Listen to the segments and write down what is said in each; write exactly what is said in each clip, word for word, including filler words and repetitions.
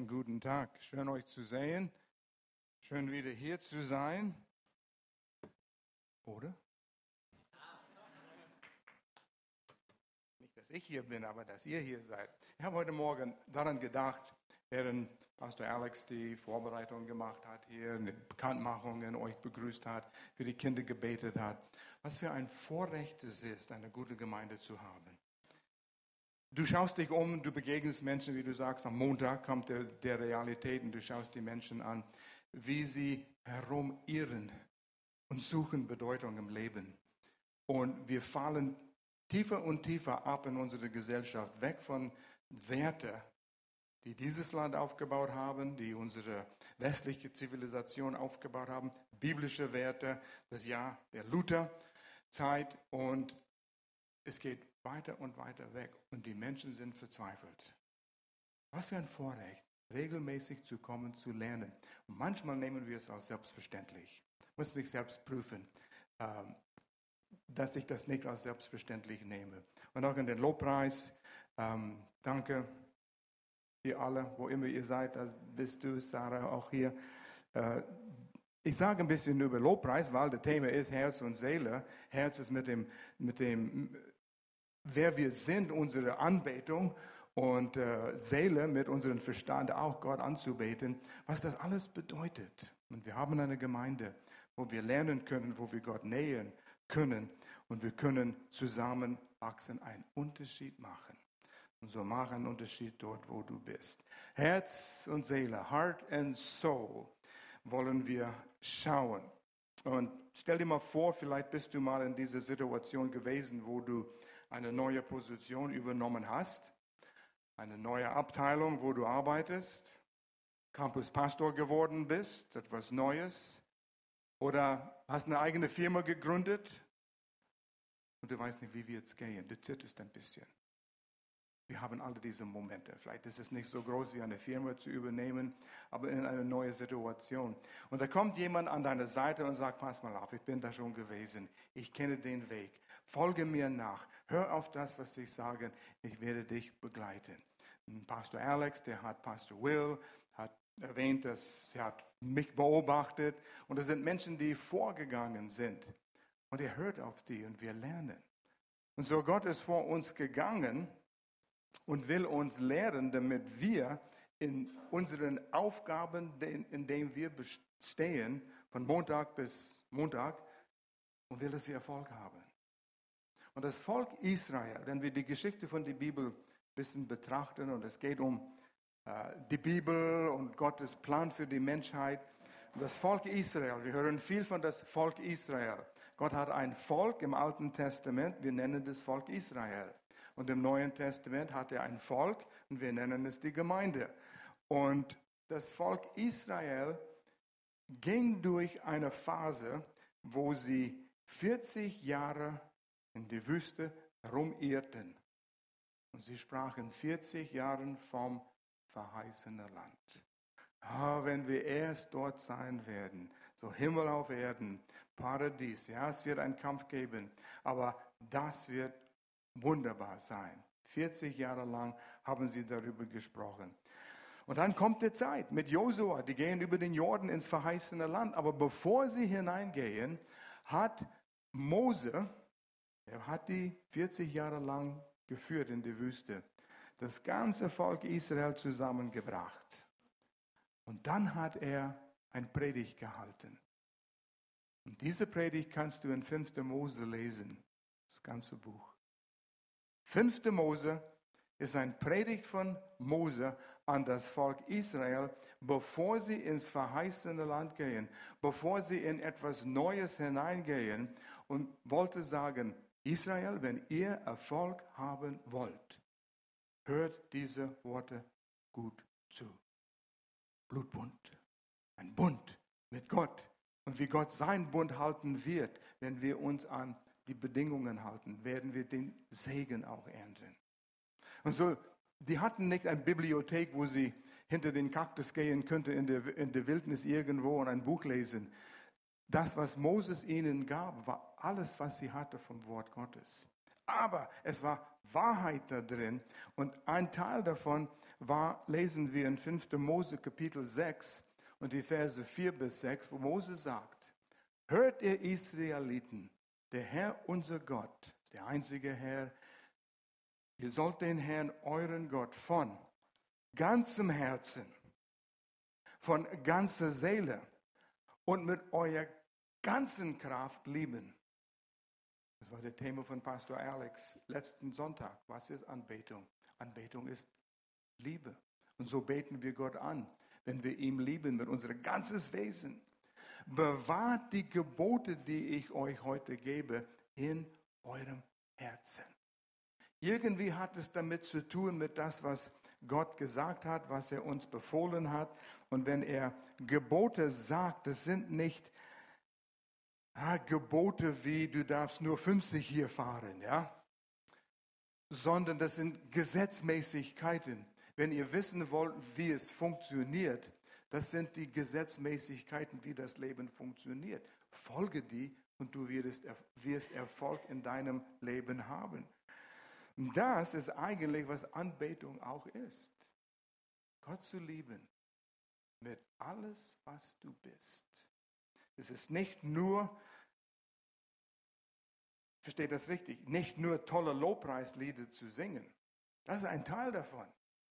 guten Tag. Schön euch zu sehen. Schön wieder hier zu sein. Oder? Nicht, dass ich hier bin, aber dass ihr hier seid. Ich habe heute Morgen daran gedacht, während Pastor Alex die Vorbereitung gemacht hat hier, eine Bekanntmachung in euch begrüßt hat, für die Kinder gebetet hat, was für ein Vorrecht es ist, eine gute Gemeinde zu haben. Du schaust dich um, du begegnest Menschen, wie du sagst, am Montag kommt der, der Realität und du schaust die Menschen an, wie sie herumirren und suchen Bedeutung im Leben. Und wir fallen tiefer und tiefer ab in unsere Gesellschaft, weg von Werten, die dieses Land aufgebaut haben, die unsere westliche Zivilisation aufgebaut haben, biblische Werte, das Jahr der Lutherzeit, und es geht weiter und weiter weg und die Menschen sind verzweifelt. Was für ein Vorrecht, regelmäßig zu kommen, zu lernen. Und manchmal nehmen wir es als selbstverständlich. Ich muss mich selbst prüfen, ähm, dass ich das nicht als selbstverständlich nehme. Und auch in den Lobpreis, ähm, danke ihr alle, wo immer ihr seid, das bist du, Sarah, auch hier. Äh, ich sage ein bisschen über Lobpreis, weil das Thema ist Herz und Seele. Herz ist mit dem, mit dem wer wir sind, unsere Anbetung, und äh, Seele mit unserem Verstand auch Gott anzubeten, was das alles bedeutet. Und wir haben eine Gemeinde, wo wir lernen können, wo wir Gott nähern können und wir können zusammen wachsen, einen Unterschied machen. Und so mach einen Unterschied dort, wo du bist. Herz und Seele, Heart and Soul wollen wir schauen. Und stell dir mal vor, vielleicht bist du mal in dieser Situation gewesen, wo du eine neue Position übernommen hast, eine neue Abteilung, wo du arbeitest, Campuspastor geworden bist, etwas Neues, oder hast eine eigene Firma gegründet und du weißt nicht, wie wird es gehen, du zitterst ein bisschen. Wir haben alle diese Momente. Vielleicht ist es nicht so groß wie eine Firma zu übernehmen, aber in eine neue Situation. Und da kommt jemand an deine Seite und sagt, pass mal auf, ich bin da schon gewesen. Ich kenne den Weg. Folge mir nach. Hör auf das, was ich sage. Ich werde dich begleiten. Und Pastor Alex, der hat Pastor Will, hat erwähnt, dass er hat mich beobachtet. Und das sind Menschen, die vorgegangen sind. Und er hört auf die und wir lernen. Und so Gott ist vor uns gegangen und will uns lehren, damit wir in unseren Aufgaben, in denen wir bestehen, von Montag bis Montag, und will, dass wir Erfolg haben. Und das Volk Israel, wenn wir die Geschichte von der Bibel ein bisschen betrachten, und es geht um äh, die Bibel und Gottes Plan für die Menschheit, das Volk Israel, wir hören viel von das Volk Israel. Gott hat ein Volk im Alten Testament, wir nennen das Volk Israel. Und im Neuen Testament hat er ein Volk und wir nennen es die Gemeinde. Und das Volk Israel ging durch eine Phase, wo sie vierzig Jahre in der Wüste herumirrten. Und sie sprachen vierzig Jahre vom verheißenen Land. Ah, wenn wir erst dort sein werden, so Himmel auf Erden, Paradies, ja, es wird einen Kampf geben, aber das wird wunderbar sein. vierzig Jahre lang haben sie darüber gesprochen. Und dann kommt die Zeit mit Josua, die gehen über den Jordan ins verheißene Land, aber bevor sie hineingehen, hat Mose, er hat die vierzig Jahre lang geführt in die Wüste, das ganze Volk Israel zusammengebracht. Und dann hat er ein Predigt gehalten. Und diese Predigt kannst du in fünfter Mose lesen, das ganze Buch. fünfter Mose ist ein Predigt von Mose an das Volk Israel, bevor sie ins verheißene Land gehen, bevor sie in etwas Neues hineingehen, und wollte sagen, Israel, wenn ihr Erfolg haben wollt, hört diese Worte gut zu. Blutbund, ein Bund mit Gott. Und wie Gott seinen Bund halten wird, wenn wir uns an die Bedingungen halten, werden wir den Segen auch ernten. Und so, die hatten nicht eine Bibliothek, wo sie hinter den Kaktus gehen könnten, in der, in der Wildnis irgendwo und ein Buch lesen. Das, was Moses ihnen gab, war alles, was sie hatte vom Wort Gottes. Aber es war Wahrheit da drin. Und ein Teil davon war, lesen wir in fünfter Mose Kapitel sechs und die Verse vier bis sechs, wo Mose sagt, hört ihr Israeliten, der Herr unser Gott, der einzige Herr, ihr sollt den Herrn, euren Gott, von ganzem Herzen, von ganzer Seele und mit eurer ganzen Kraft lieben. Das war das Thema von Pastor Alex letzten Sonntag. Was ist Anbetung? Anbetung ist Liebe. Und so beten wir Gott an, wenn wir ihm lieben mit unserem ganzes Wesen. Bewahrt die Gebote, die ich euch heute gebe, in eurem Herzen. Irgendwie hat es damit zu tun, mit das, was Gott gesagt hat, was er uns befohlen hat. Und wenn er Gebote sagt, das sind nicht ah, Gebote wie, du darfst nur fünfzig hier fahren, ja? Sondern das sind Gesetzmäßigkeiten. Wenn ihr wissen wollt, wie es funktioniert, das sind die Gesetzmäßigkeiten, wie das Leben funktioniert. Folge die und du wirst, wirst Erfolg in deinem Leben haben. Und das ist eigentlich, was Anbetung auch ist. Gott zu lieben mit alles, was du bist. Es ist nicht nur, versteht das richtig, nicht nur tolle Lobpreislieder zu singen. Das ist ein Teil davon.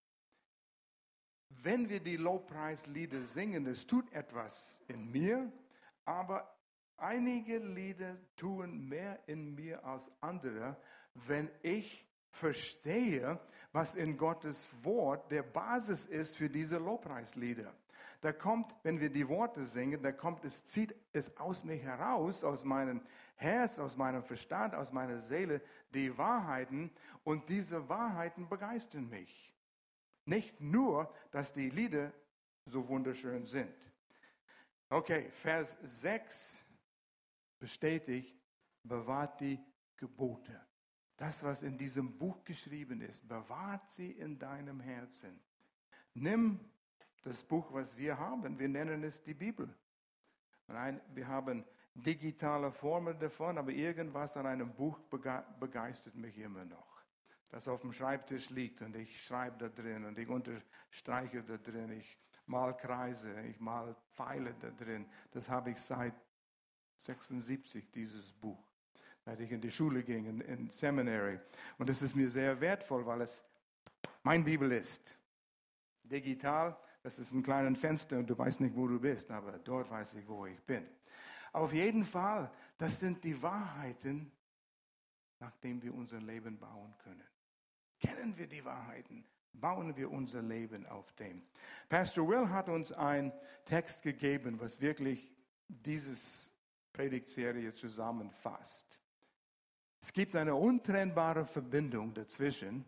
Wenn wir die Lobpreislieder singen, es tut etwas in mir, aber einige Lieder tun mehr in mir als andere, wenn ich verstehe, was in Gottes Wort der Basis ist für diese Lobpreislieder. Da kommt, wenn wir die Worte singen, da kommt es, zieht es aus mir heraus, aus meinem Herz, aus meinem Verstand, aus meiner Seele, die Wahrheiten, und diese Wahrheiten begeistern mich. Nicht nur, dass die Lieder so wunderschön sind. Okay, Vers sechs bestätigt, bewahrt die Gebote. Das, was in diesem Buch geschrieben ist, bewahrt sie in deinem Herzen. Nimm das Buch, was wir haben, wir nennen es die Bibel. Nein, wir haben digitale Formen davon, aber irgendwas an einem Buch begeistert mich immer noch. Das auf dem Schreibtisch liegt und ich schreibe da drin und ich unterstreiche da drin, ich mal Kreise, ich mal Pfeile da drin. Das habe ich seit sechsundsiebzig, dieses Buch. Als ich in die Schule ging, in, in Seminary. Und es ist mir sehr wertvoll, weil es mein Bibel ist. Digital, das ist ein kleines Fenster und du weißt nicht, wo du bist, aber dort weiß ich, wo ich bin. Aber auf jeden Fall, das sind die Wahrheiten, nach denen wir unser Leben bauen können. Kennen wir die Wahrheiten, bauen wir unser Leben auf dem. Pastor Will hat uns einen Text gegeben, was wirklich dieses Predigtserie zusammenfasst. Es gibt eine untrennbare Verbindung dazwischen,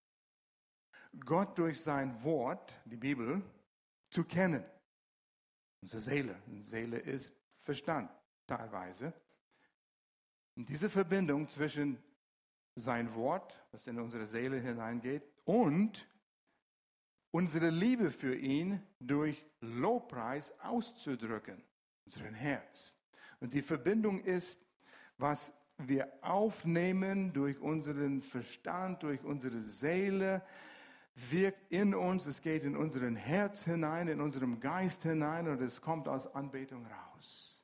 Gott durch sein Wort, die Bibel, zu kennen. Unsere Seele. Und Seele ist Verstand, teilweise. Und diese Verbindung zwischen sein Wort, was in unsere Seele hineingeht, und unsere Liebe für ihn durch Lobpreis auszudrücken, unseren Herz. Und die Verbindung ist, was wir aufnehmen durch unseren Verstand, durch unsere Seele, wirkt in uns, es geht in unseren Herz hinein, in unserem Geist hinein und es kommt aus Anbetung raus.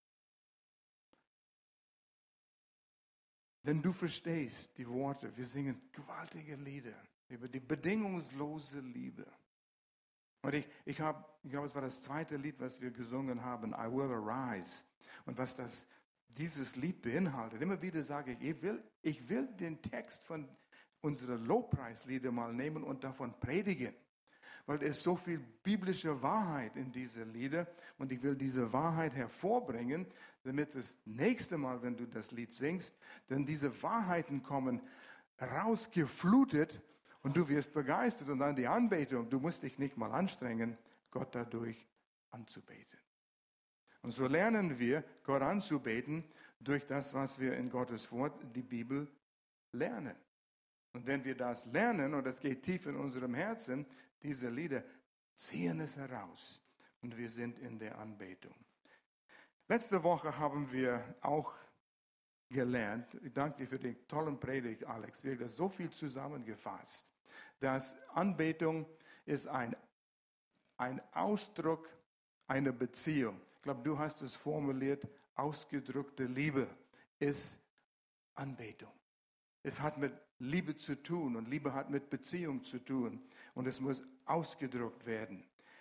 Wenn du verstehst die Worte, wir singen gewaltige Lieder über die bedingungslose Liebe. Und ich, ich, hab, ich glaube, es war das zweite Lied, was wir gesungen haben, I Will Arise. Und was das, dieses Lied beinhaltet, immer wieder sage ich, ich will, ich will den Text von unseren Lobpreislieder mal nehmen und davon predigen. Weil es so viel biblische Wahrheit in diese Lieder und ich will diese Wahrheit hervorbringen, damit das nächste Mal, wenn du das Lied singst, dann diese Wahrheiten kommen rausgeflutet und du wirst begeistert und dann die Anbetung. Du musst dich nicht mal anstrengen, Gott dadurch anzubeten. Und so lernen wir, Gott anzubeten durch das, was wir in Gottes Wort, die Bibel, lernen. Und wenn wir das lernen, und das geht tief in unserem Herzen, diese Lieder ziehen es heraus. Und wir sind in der Anbetung. Letzte Woche haben wir auch gelernt. Ich danke dir für den tollen Predigt, Alex. Wir haben so viel zusammengefasst, dass Anbetung ist ein, ein Ausdruck einer Beziehung. Ich glaube, du hast es formuliert, ausgedrückte Liebe ist Anbetung. Es hat mit Liebe zu tun und Liebe hat mit Beziehung zu tun und es muss ausgedrückt werden.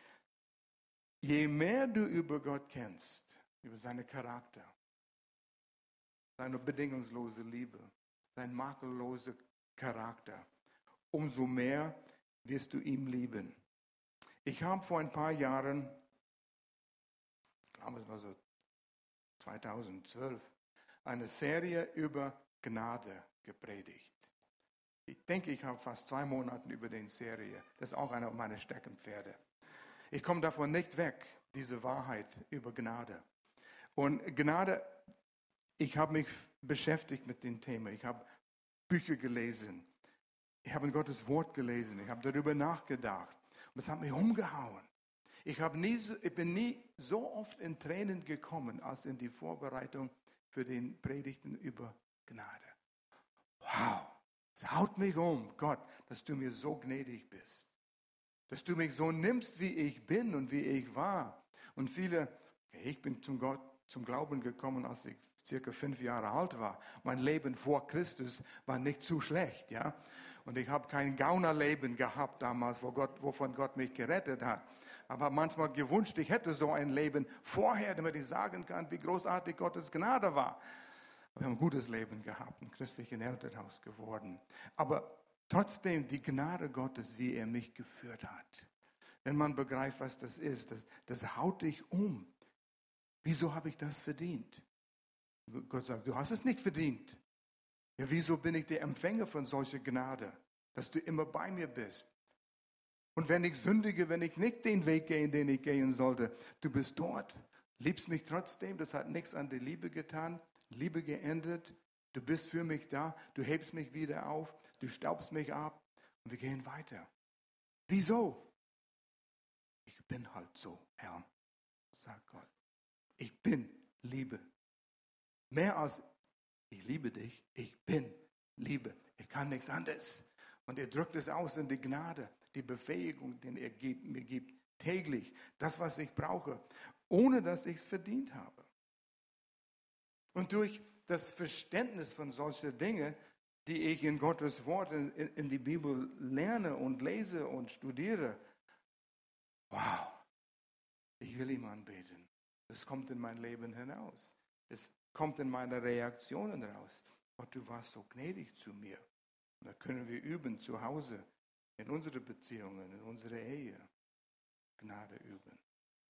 Je mehr du über Gott kennst, über seinen Charakter, seine bedingungslose Liebe, sein makelloser Charakter, umso mehr wirst du ihn lieben. Ich habe vor ein paar Jahren, ich glaube es war so zweitausendzwölf, eine Serie über Gnade gepredigt. Ich denke, ich habe fast zwei Monate über die Serie. Das ist auch einer meiner Steckenpferde. Ich komme davon nicht weg, diese Wahrheit über Gnade. Und Gnade, ich habe mich beschäftigt mit dem Thema. Ich habe Bücher gelesen. Ich habe in Gottes Wort gelesen. Ich habe darüber nachgedacht. Und das hat mich umgehauen. Ich, habe nie so, ich bin nie so oft in Tränen gekommen, als in die Vorbereitung für den Predigten über Gnade. Wow, es haut mich um, Gott, dass du mir so gnädig bist. Dass du mich so nimmst, wie ich bin und wie ich war. Und viele, okay, ich bin zum Gott, zum Glauben gekommen, als ich circa fünf Jahre alt war. Mein Leben vor Christus war nicht zu schlecht, ja. Und ich habe kein Gaunerleben gehabt damals, wo Gott, wovon Gott mich gerettet hat. Aber manchmal gewünscht, ich hätte so ein Leben vorher, damit ich sagen kann, wie großartig Gottes Gnade war. Wir haben ein gutes Leben gehabt, ein christliches Elternhaus geworden. Aber trotzdem die Gnade Gottes, wie er mich geführt hat. Wenn man begreift, was das ist, das, das haut dich um. Wieso habe ich das verdient? Gott sagt, du hast es nicht verdient. Ja, wieso bin ich der Empfänger von solcher Gnade, dass du immer bei mir bist? Und wenn ich sündige, wenn ich nicht den Weg gehe, den ich gehen sollte, du bist dort, liebst mich trotzdem, das hat nichts an der Liebe getan, Liebe geändert, du bist für mich da, du hebst mich wieder auf, du staubst mich ab und wir gehen weiter. Wieso? Ich bin halt so, Herr, sagt Gott. Ich bin Liebe. Mehr als ich liebe dich, ich bin Liebe. Ich kann nichts anderes. Und er drückt es aus in die Gnade, die Befähigung, die er gibt, mir gibt, täglich. Das, was ich brauche, ohne dass ich es verdient habe. Und durch das Verständnis von solchen Dingen, die ich in Gottes Wort, in, in die Bibel lerne und lese und studiere, wow, ich will ihm anbeten. Das kommt in mein Leben hinaus. Es kommt in meine Reaktionen raus. Gott, du warst so gnädig zu mir. Und da können wir üben zu Hause, in unsere Beziehungen, in unsere Ehe. Gnade üben.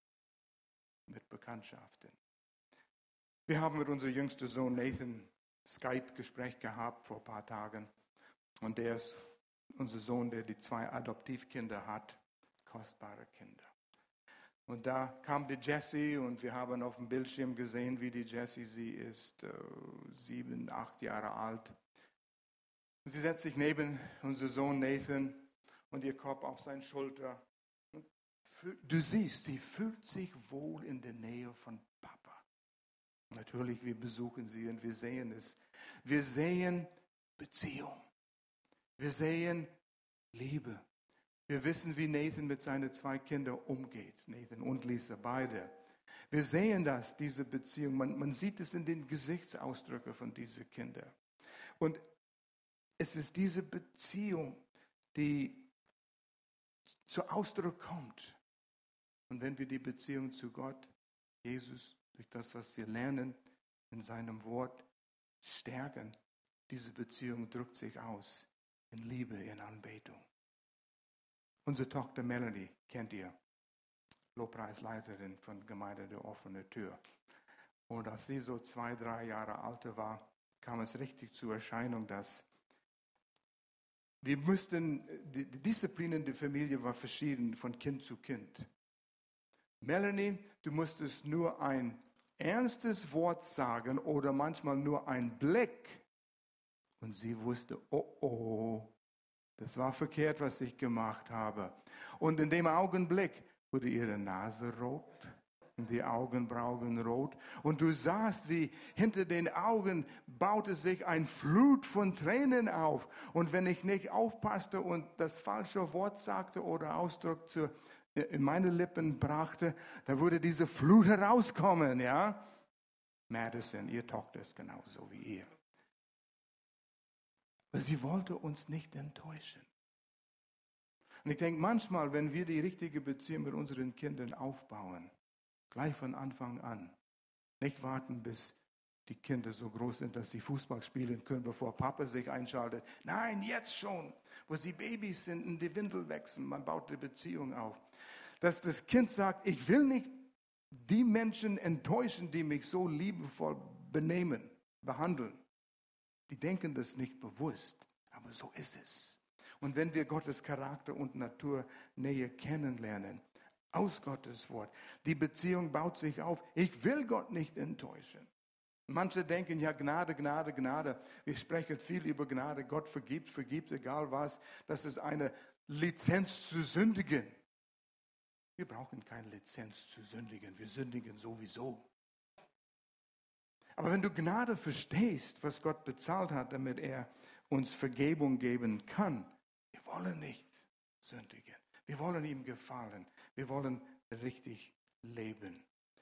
Mit Bekanntschaften. Wir haben mit unserem jüngsten Sohn Nathan Skype-Gespräch gehabt vor ein paar Tagen. Und der ist unser Sohn, der die zwei Adoptivkinder hat. Kostbare Kinder. Und da kam die Jessie und wir haben auf dem Bildschirm gesehen, wie die Jessie, sie ist äh, sieben, acht Jahre alt. Und sie setzt sich neben unseren Sohn Nathan und ihr Kopf auf seine Schulter. Und du siehst, sie fühlt sich wohl in der Nähe von Papa. Natürlich, wir besuchen sie und wir sehen es. Wir sehen Beziehung. Wir sehen Liebe. Wir wissen, wie Nathan mit seinen zwei Kindern umgeht. Nathan und Lisa, beide. Wir sehen das, diese Beziehung. Man, man sieht es in den Gesichtsausdrücken von diesen Kindern. Und es ist diese Beziehung, die zu Ausdruck kommt. Und wenn wir die Beziehung zu Gott, Jesus, durch das, was wir lernen in seinem Wort, stärken, diese Beziehung drückt sich aus in Liebe, in Anbetung. Unsere Tochter Melanie kennt ihr, Lobpreisleiterin von Gemeinde der offenen Tür. Und als sie so zwei, drei Jahre alt war, kam es richtig zur Erscheinung, dass wir müssten, die, die Disziplin in der Familie war verschieden von Kind zu Kind. Melanie, du musstest nur ein ernstes Wort sagen oder manchmal nur ein Blick. Und sie wusste, oh oh, das war verkehrt, was ich gemacht habe. Und in dem Augenblick wurde ihre Nase rot, und die Augenbrauen rot. Und du sahst, wie hinter den Augen baute sich ein Flut von Tränen auf. Und wenn ich nicht aufpasste und das falsche Wort sagte oder Ausdruck zu, in meine Lippen brachte, dann würde diese Flut herauskommen, ja. Madison, ihr Tochter ist genauso wie ihr. Aber sie wollte uns nicht enttäuschen. Und ich denke manchmal, wenn wir die richtige Beziehung mit unseren Kindern aufbauen, gleich von Anfang an, nicht warten, bis die Kinder so groß sind, dass sie Fußball spielen können, bevor Papa sich einschaltet. Nein, jetzt schon, wo sie Babys sind, in die Windel wechseln, man baut die Beziehung auf. Dass das Kind sagt, ich will nicht die Menschen enttäuschen, die mich so liebevoll benehmen, behandeln. Die denken das nicht bewusst, aber so ist es. Und wenn wir Gottes Charakter und Natur näher kennenlernen, aus Gottes Wort, die Beziehung baut sich auf. Ich will Gott nicht enttäuschen. Manche denken, ja, Gnade, Gnade, Gnade. Wir sprechen viel über Gnade. Gott vergibt, vergibt, egal was. Das ist eine Lizenz zu sündigen. Wir brauchen keine Lizenz zu sündigen. Wir sündigen sowieso. Aber wenn du Gnade verstehst, was Gott bezahlt hat, damit er uns Vergebung geben kann, wir wollen nicht sündigen. Wir wollen ihm gefallen. Wir wollen richtig leben.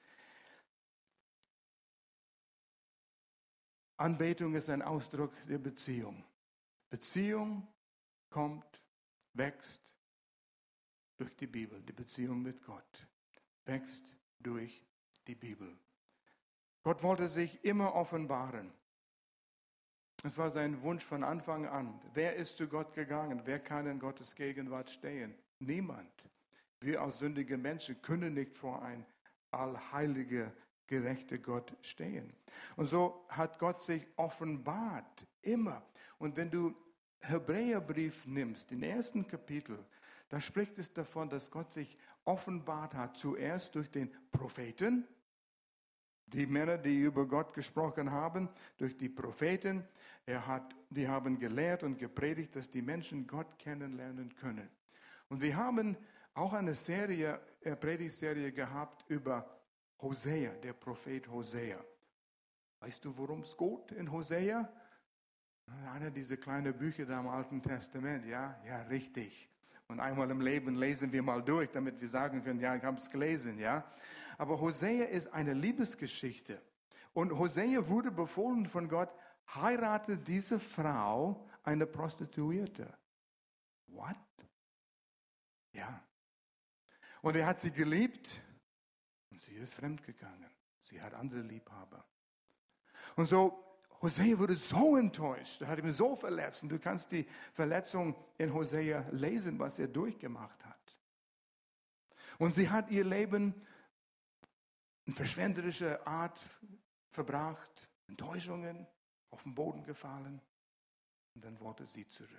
Anbetung ist ein Ausdruck der Beziehung. Beziehung kommt, wächst durch die Bibel. Die Beziehung mit Gott wächst durch die Bibel. Gott wollte sich immer offenbaren. Es war sein Wunsch von Anfang an. Wer ist zu Gott gegangen? Wer kann in Gottes Gegenwart stehen? Niemand. Wir als sündige Menschen können nicht vor ein allheiliger, gerechter Gott stehen. Und so hat Gott sich offenbart, immer. Und wenn du Hebräerbrief nimmst, den ersten Kapitel, da spricht es davon, dass Gott sich offenbart hat, zuerst durch den Propheten, die Männer, die über Gott gesprochen haben, durch die Propheten. Er hat, die haben gelehrt und gepredigt, dass die Menschen Gott kennenlernen können. Und wir haben auch eine Serie, eine Predigtserie gehabt über Hosea, der Prophet Hosea. Weißt du, worum es geht in Hosea? Einer dieser kleinen Bücher da im Alten Testament, ja? Ja, richtig. Und einmal im Leben lesen wir mal durch, damit wir sagen können, ja, ich habe es gelesen, ja? Aber Hosea ist eine Liebesgeschichte. Und Hosea wurde befohlen von Gott, heirate diese Frau, eine Prostituierte. What? Ja. Und er hat sie geliebt und sie ist fremdgegangen. Sie hat andere Liebhaber. Und so, Hosea wurde so enttäuscht, er hat ihn so verletzt. Und du kannst die Verletzung in Hosea lesen, was er durchgemacht hat. Und sie hat ihr Leben in verschwenderischer Art verbracht, Enttäuschungen, auf den Boden gefallen. Und dann wollte sie zurück.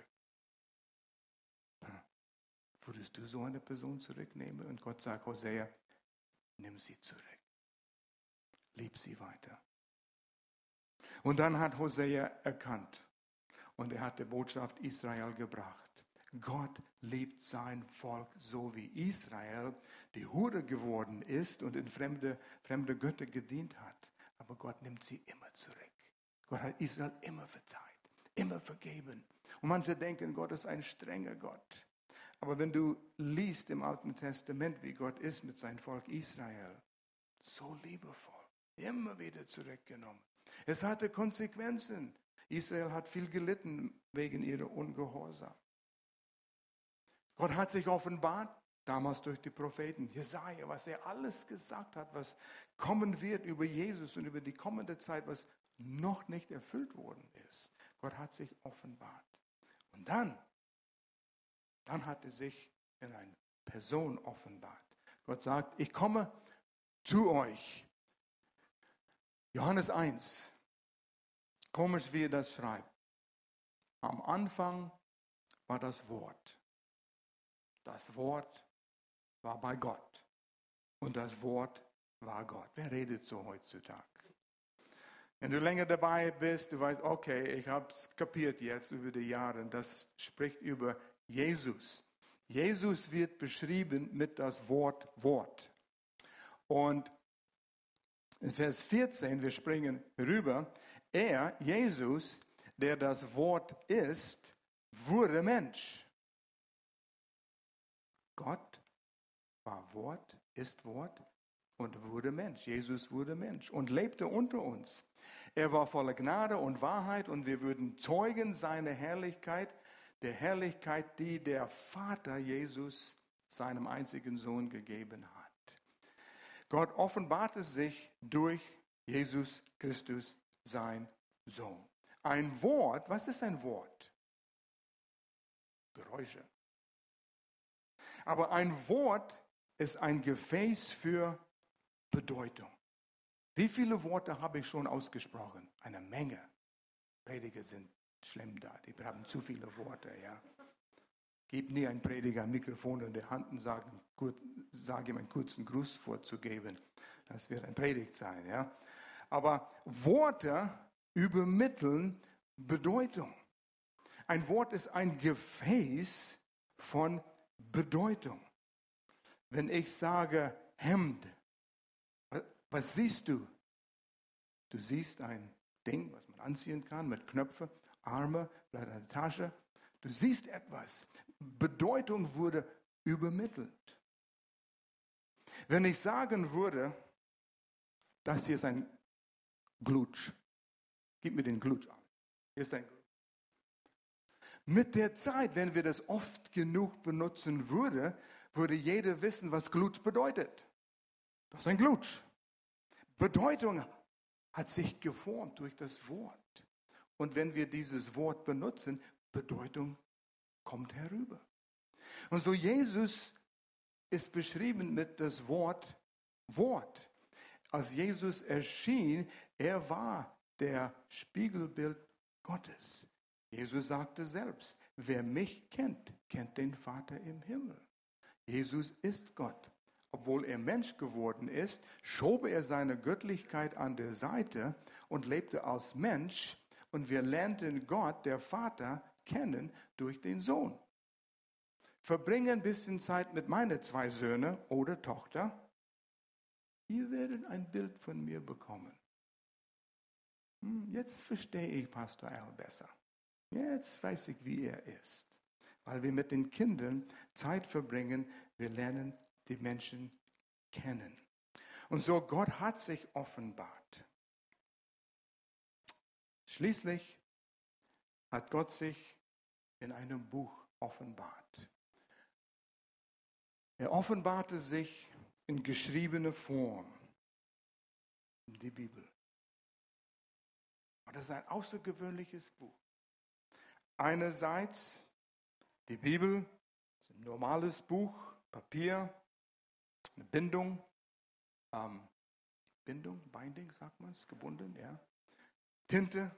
Würdest du so eine Person zurücknehmen? Und Gott sagt, Hosea, nimm sie zurück. Lieb sie weiter. Und dann hat Hosea erkannt und er hat die Botschaft Israel gebracht. Gott liebt sein Volk so wie Israel die Hure geworden ist und in fremde, fremde Götter gedient hat. Aber Gott nimmt sie immer zurück. Gott hat Israel immer verzeiht, immer vergeben. Und manche denken, Gott ist ein strenger Gott. Aber wenn du liest im Alten Testament, wie Gott ist mit seinem Volk Israel, so liebevoll, immer wieder zurückgenommen. Es hatte Konsequenzen. Israel hat viel gelitten wegen ihrer Ungehorsam. Gott hat sich offenbart, damals durch die Propheten, Jesaja, was er alles gesagt hat, was kommen wird über Jesus und über die kommende Zeit, was noch nicht erfüllt worden ist. Gott hat sich offenbart. Und dann, dann hat er sich in eine Person offenbart. Gott sagt, ich komme zu euch. Johannes eins. Komisch, wie er das schreibt. Am Anfang war das Wort. Das Wort war bei Gott. Und das Wort war Gott. Wer redet so heutzutage? Wenn du länger dabei bist, du weißt, okay, ich habe es kapiert jetzt über die Jahre. Das spricht über Jesus. Jesus wird beschrieben mit das Wort Wort. Und In Vers vierzehn, wir springen rüber, er, Jesus, der das Wort ist, wurde Mensch. Gott war Wort, ist Wort und wurde Mensch. Jesus wurde Mensch und lebte unter uns. Er war voller Gnade und Wahrheit und wir würden Zeugen seiner Herrlichkeit, der Herrlichkeit, die der Vater Jesus seinem einzigen Sohn gegeben hat. Gott offenbarte sich durch Jesus Christus, sein Sohn. Ein Wort, was ist ein Wort? Geräusche. Aber ein Wort ist ein Gefäß für Bedeutung. Wie viele Worte habe ich schon ausgesprochen? Eine Menge. Prediger sind schlimm da, die haben zu viele Worte, ja. Gib nie einem Prediger ein Mikrofon in die Hand und sag, sag ihm einen kurzen Gruß vorzugeben. Das wird ein Predigt sein, ja. Aber Worte übermitteln Bedeutung. Ein Wort ist ein Gefäß von Bedeutung. Wenn ich sage Hemd, was siehst du? Du siehst ein Ding, was man anziehen kann mit Knöpfen, Arme, vielleicht eine Tasche. Du siehst etwas. Bedeutung wurde übermittelt. Wenn ich sagen würde, das hier ist ein Glutsch. Gib mir den Glutsch an. Hier ist ein Glutsch. Mit der Zeit, wenn wir das oft genug benutzen würden, würde jeder wissen, was Glutsch bedeutet. Das ist ein Glutsch. Bedeutung hat sich geformt durch das Wort. Und wenn wir dieses Wort benutzen, Bedeutung kommt herüber. Und so Jesus ist beschrieben mit das Wort Wort. Als Jesus erschien, er war der Spiegelbild Gottes. Jesus sagte selbst, wer mich kennt, kennt den Vater im Himmel. Jesus ist Gott. Obwohl er Mensch geworden ist, schob er seine Göttlichkeit an der Seite und lebte als Mensch. Und wir lernten Gott, der Vater, kennen durch den Sohn. Verbringe ein bisschen Zeit mit meinen zwei Söhnen oder Tochter. Ihr werdet ein Bild von mir bekommen. Hm, jetzt verstehe ich Pastor Al besser. Jetzt weiß ich, wie er ist. Weil wir mit den Kindern Zeit verbringen, wir lernen die Menschen kennen. Und so Gott hat sich offenbart. Schließlich hat Gott sich in einem Buch offenbart. Er offenbarte sich in geschriebener Form, die Bibel. Und das ist ein außergewöhnliches Buch. Einerseits die Bibel, ist ein normales Buch, Papier, eine Bindung, ähm, Bindung, Binding, sagt man es, gebunden, ja. Tinte,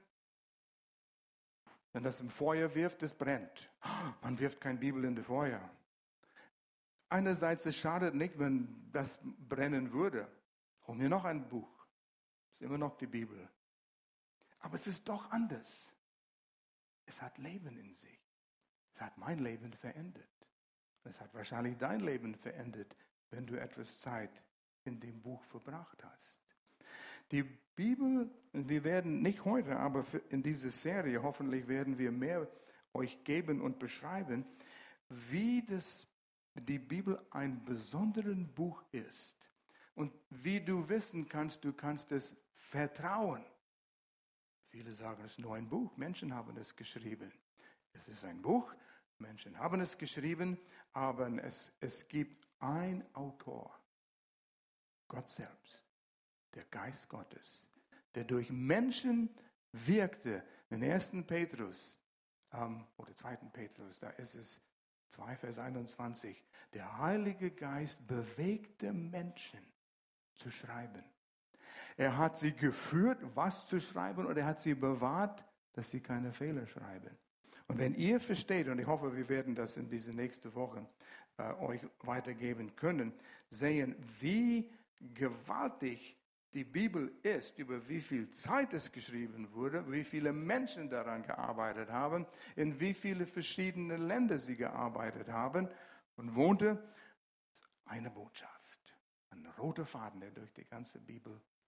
wenn das im Feuer wirft, es brennt. Man wirft keine Bibel in das Feuer. Einerseits, es schadet nicht, wenn das brennen würde. Hol mir noch ein Buch. Das ist immer noch die Bibel. Aber es ist doch anders. Es hat Leben in sich. Es hat mein Leben verändert. Es hat wahrscheinlich dein Leben verändert, wenn du etwas Zeit in dem Buch verbracht hast. Die Bibel, wir werden nicht heute, aber in dieser Serie, hoffentlich werden wir mehr euch geben und beschreiben, wie das, die Bibel ein besonderes Buch ist. Und wie du wissen kannst, du kannst es vertrauen. Viele sagen, es ist nur ein Buch, Menschen haben es geschrieben. Es ist ein Buch, Menschen haben es geschrieben, aber es, es gibt einen Autor, Gott selbst, der Geist Gottes, der durch Menschen wirkte. In ersten Petrus ähm, oder zweiten Petrus, da ist es zwei Vers einundzwanzig, der Heilige Geist bewegte Menschen zu schreiben. Er hat sie geführt, was zu schreiben, und er hat sie bewahrt, dass sie keine Fehler schreiben. Und wenn ihr versteht, und ich hoffe, wir werden das in diese nächsten Wochen äh, euch weitergeben können, sehen, wie gewaltig die Bibel ist, über wie viel Zeit es geschrieben wurde, wie viele Menschen daran gearbeitet haben, in wie viele verschiedene Länder sie gearbeitet haben und wohnte, eine Botschaft, ein roter Faden, der durch die ganze Bibel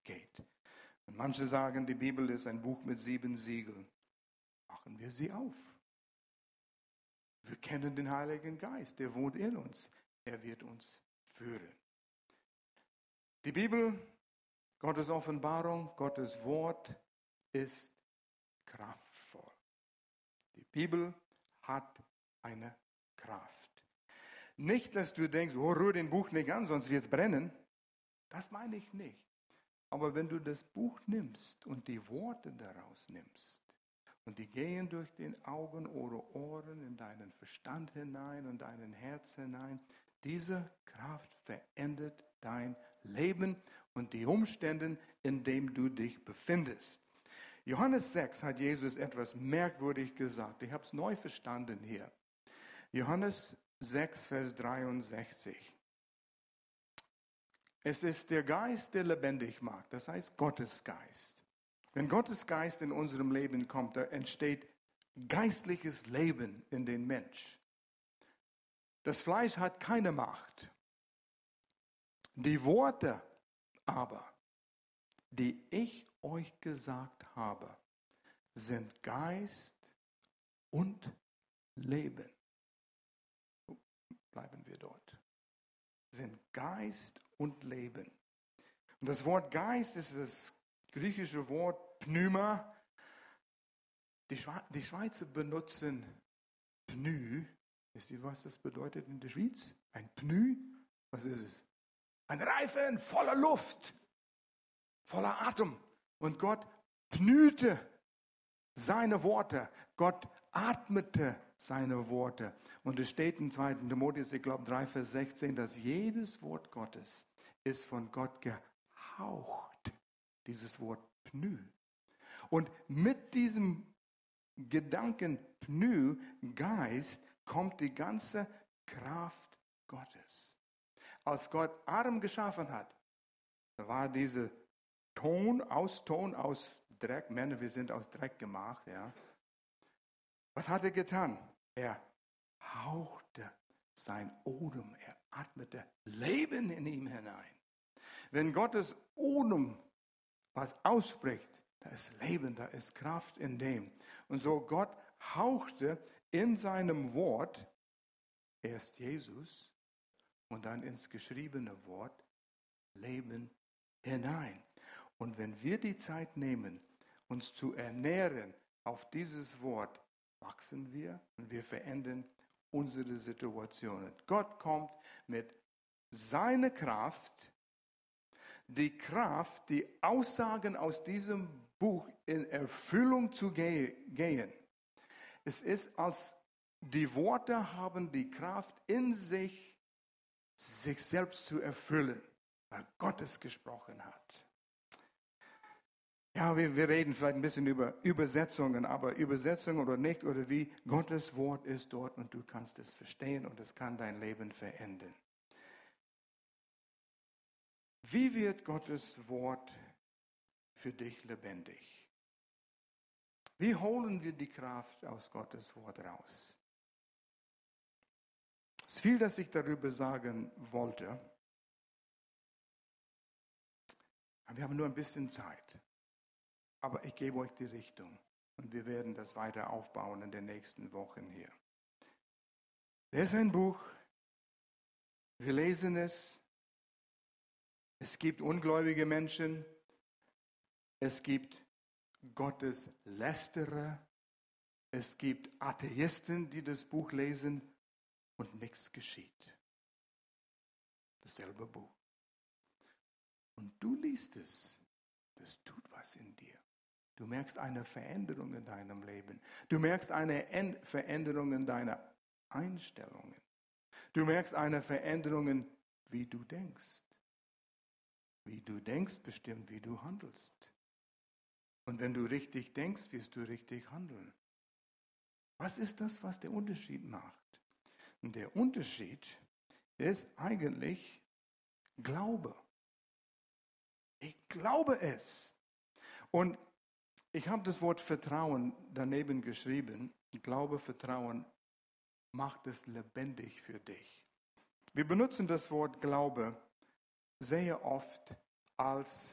geht. Und manche sagen, die Bibel ist ein Buch mit sieben Siegeln. Machen wir sie auf. Wir kennen den Heiligen Geist, der wohnt in uns. Er wird uns führen. Die Bibel, Gottes Offenbarung, Gottes Wort ist kraftvoll. Die Bibel hat eine Kraft. Nicht, dass du denkst, oh, rühr den Buch nicht an, sonst wird es brennen. Das meine ich nicht. Aber wenn du das Buch nimmst und die Worte daraus nimmst und die gehen durch den Augen oder Ohren in deinen Verstand hinein und dein Herz hinein, diese Kraft verändert dein Leben und die Umstände, in denen du dich befindest. Johannes sechs hat Jesus etwas merkwürdig gesagt. Ich habe es neu verstanden hier. Johannes sechs, Vers dreiundsechzig. Es ist der Geist, der lebendig macht, das heißt Gottes Geist. Wenn Gottes Geist in unserem Leben kommt, da entsteht geistliches Leben in den Mensch. Das Fleisch hat keine Macht. Die Worte aber, die ich euch gesagt habe, sind Geist und Leben. Bleiben wir dort. Sind Geist und Leben. Und das Wort Geist ist das griechische Wort Pneuma. Die, Schwe- die Schweizer benutzen Pneu. Wisst ihr, was das bedeutet in der Schweiz? Ein Pneu? Was ist es? Ein Reifen voller Luft, voller Atem. Und Gott pnüte seine Worte. Gott atmete seine Worte. Und es steht in zweiten Timotheus, ich glaube drei, Vers sechzehn, dass jedes Wort Gottes ist von Gott gehaucht. Dieses Wort Pneu. Und mit diesem Gedanken Pneu, Geist, kommt die ganze Kraft Gottes. Als Gott Adam geschaffen hat, da war dieser Ton, aus Ton, aus Dreck. Männer, wir sind aus Dreck gemacht. Ja. Was hat er getan? Er hauchte sein Odem, er atmete Leben in ihm hinein. Wenn Gottes Odem was ausspricht, da ist Leben, da ist Kraft in dem. Und so Gott hauchte in seinem Wort, erst Jesus und dann ins geschriebene Wort, Leben hinein. Und wenn wir die Zeit nehmen, uns zu ernähren auf dieses Wort, wachsen wir und wir verändern unsere Situationen. Gott kommt mit seiner Kraft, die Kraft, die Aussagen aus diesem Buch in Erfüllung zu ge- gehen. Es ist, als die Worte haben die Kraft in sich, sich selbst zu erfüllen, weil Gott es gesprochen hat. Ja, wir, wir reden vielleicht ein bisschen über Übersetzungen, aber Übersetzung oder nicht oder wie, Gottes Wort ist dort und du kannst es verstehen und es kann dein Leben verändern. Wie wird Gottes Wort für dich lebendig? Wie holen wir die Kraft aus Gottes Wort raus? Es ist viel, das ich darüber sagen wollte. Wir haben nur ein bisschen Zeit. Aber ich gebe euch die Richtung. Und wir werden das weiter aufbauen in den nächsten Wochen hier. Das ist ein Buch. Wir lesen es. Es gibt ungläubige Menschen. Es gibt Gottes Lästerer. Es gibt Atheisten, die das Buch lesen und nichts geschieht. Dasselbe Buch. Und du liest es. Das tut was in dir. Du merkst eine Veränderung in deinem Leben. Du merkst eine Veränderung in deinen Einstellungen. Du merkst eine Veränderung in, wie du denkst. Wie du denkst, bestimmt, wie du handelst. Und wenn du richtig denkst, wirst du richtig handeln. Was ist das, was der Unterschied macht? Und der Unterschied ist eigentlich Glaube. Ich glaube es. Und ich habe das Wort Vertrauen daneben geschrieben. Glaube, Vertrauen macht es lebendig für dich. Wir benutzen das Wort Glaube sehr oft als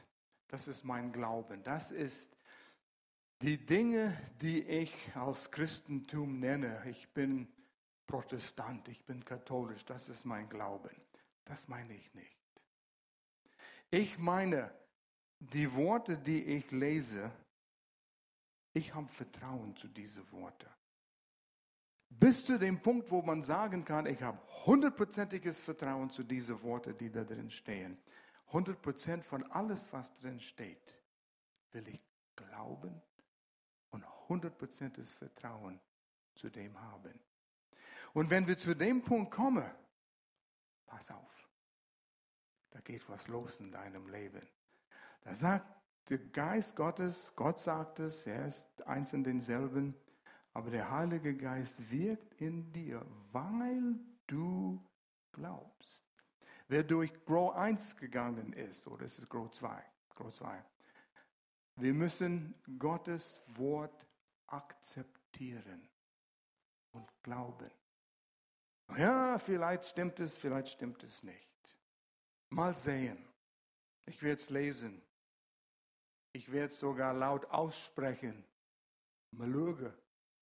Das ist mein Glauben. Das ist die Dinge, die ich als Christentum nenne. Ich bin Protestant, ich bin katholisch. Das ist mein Glauben. Das meine ich nicht. Ich meine, die Worte, die ich lese, ich habe Vertrauen zu diesen Worten. Bis zu dem Punkt, wo man sagen kann, ich habe hundertprozentiges Vertrauen zu diesen Worten, die da drin stehen. hundert Prozent von alles, was drin steht, will ich glauben und hundertprozentiges Vertrauen zu dem haben. Und wenn wir zu dem Punkt kommen, pass auf, da geht was los in deinem Leben. Da sagt der Geist Gottes, Gott sagt es, er ist eins und denselben, aber der Heilige Geist wirkt in dir, weil du glaubst. Wer durch Grow eins gegangen ist, oder es ist Grow zwei, Grow zwei, wir müssen Gottes Wort akzeptieren und glauben. Ja, vielleicht stimmt es, vielleicht stimmt es nicht. Mal sehen. Ich werde es lesen. Ich werde es sogar laut aussprechen. Malurge.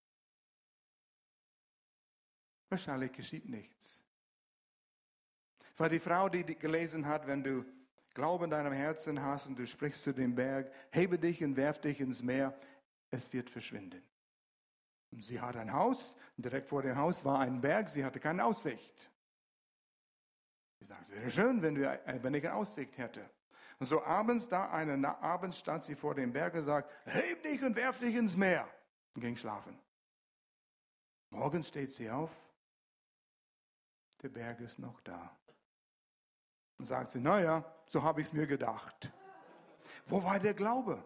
Wahrscheinlich geschieht nichts. Es war die Frau, die gelesen hat, wenn du Glauben in deinem Herzen hast und du sprichst zu dem Berg, hebe dich und werf dich ins Meer, es wird verschwinden. Und sie hat ein Haus, und direkt vor dem Haus war ein Berg, sie hatte keine Aussicht. Sie sagt, es wäre schön, wenn, wir, wenn ich eine Aussicht hätte. Und so abends, da eine, abends stand sie vor dem Berg und sagt, heb dich und werf dich ins Meer. Und ging schlafen. Morgens steht sie auf, der Berg ist noch da. Und sagt sie, naja, so habe ich es mir gedacht. Wo war der Glaube?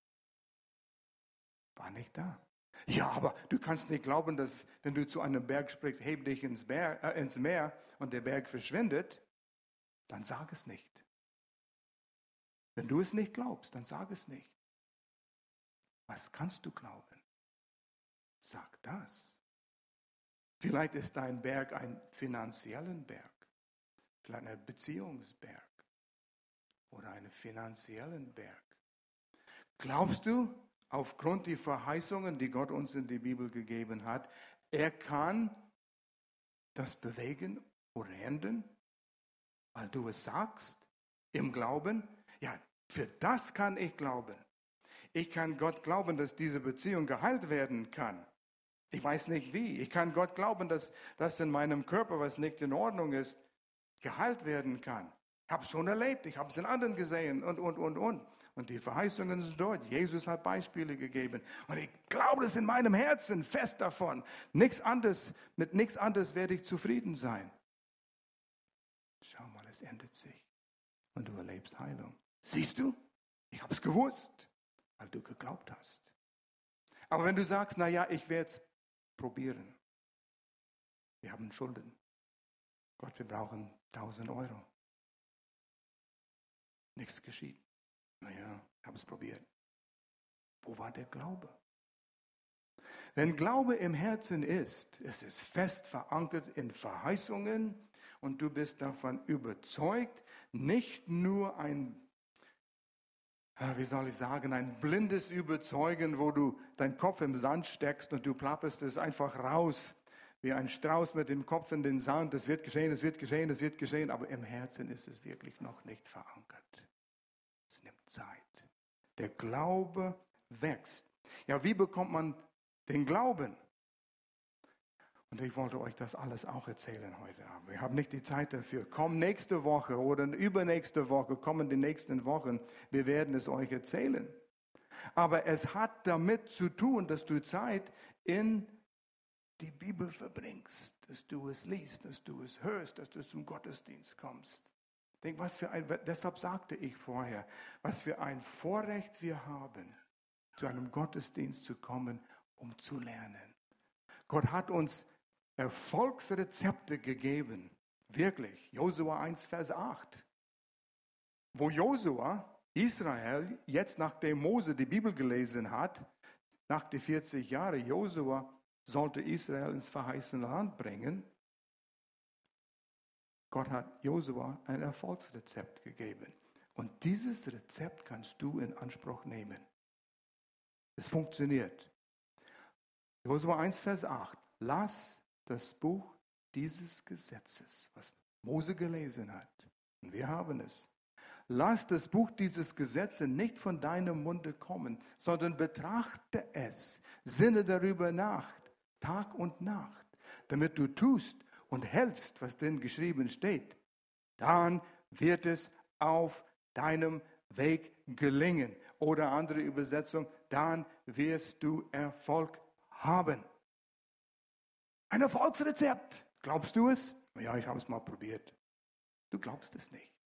War nicht da. Ja, aber du kannst nicht glauben, dass wenn du zu einem Berg sprichst, heb dich ins, Meer, äh, ins Meer und der Berg verschwindet, dann sag es nicht. Wenn du es nicht glaubst, dann sag es nicht. Was kannst du glauben? Sag das. Vielleicht ist dein Berg ein finanzieller Berg, vielleicht ein Beziehungsberg oder einen finanziellen Berg. Glaubst du, aufgrund der Verheißungen, die Gott uns in die Bibel gegeben hat, er kann das bewegen oder ändern, weil du es sagst, im Glauben? Ja, für das kann ich glauben. Ich kann Gott glauben, dass diese Beziehung geheilt werden kann. Ich weiß nicht wie. Ich kann Gott glauben, dass das in meinem Körper, was nicht in Ordnung ist, geheilt werden kann. Ich habe es schon erlebt, ich habe es in anderen gesehen und, und, und, und. Und die Verheißungen sind dort. Jesus hat Beispiele gegeben. Und ich glaube das in meinem Herzen, fest davon. Nichts anderes, mit nichts anderes werde ich zufrieden sein. Schau mal, es ändert sich. Und du erlebst Heilung. Siehst du? Ich habe es gewusst, weil du geglaubt hast. Aber wenn du sagst, naja, ich werde es probieren. Wir haben Schulden. Gott, wir brauchen tausend Euro. Nichts geschieht. Naja, ich habe es probiert. Wo war der Glaube? Wenn Glaube im Herzen ist, es ist fest verankert in Verheißungen und du bist davon überzeugt, nicht nur ein, wie soll ich sagen, ein blindes Überzeugen, wo du deinen Kopf im Sand steckst und du plapperst es einfach raus, wie ein Strauß mit dem Kopf in den Sand. Es wird geschehen, es wird geschehen, es wird geschehen, aber im Herzen ist es wirklich noch nicht verankert. Es nimmt Zeit. Der Glaube wächst. Ja, wie bekommt man den Glauben? Und ich wollte euch das alles auch erzählen heute Abend. Wir haben nicht die Zeit dafür. Komm nächste Woche oder übernächste Woche, kommen die nächsten Wochen. Wir werden es euch erzählen. Aber es hat damit zu tun, dass du Zeit in die Bibel verbringst, dass du es liest, dass du es hörst, dass du zum Gottesdienst kommst. Denk, was für ein, deshalb sagte ich vorher, was für ein Vorrecht wir haben, zu einem Gottesdienst zu kommen, um zu lernen. Gott hat uns Erfolgsrezepte gegeben, wirklich. Josua eins, Vers acht. Wo Josua, Israel, jetzt nachdem Mose die Bibel gelesen hat, nach den vierzig Jahren, Josua sollte Israel ins verheißene Land bringen. Gott hat Josua ein Erfolgsrezept gegeben. Und dieses Rezept kannst du in Anspruch nehmen. Es funktioniert. Josua eins, Vers acht. Lass das Buch dieses Gesetzes, was Mose gelesen hat, und wir haben es, lass das Buch dieses Gesetzes nicht von deinem Munde kommen, sondern betrachte es, sinne darüber nach, Tag und Nacht, damit du tust und hältst, was drin geschrieben steht. Dann wird es auf deinem Weg gelingen. Oder andere Übersetzung, dann wirst du Erfolg haben. Ein Erfolgsrezept. Glaubst du es? Ja, ich habe es mal probiert. Du glaubst es nicht.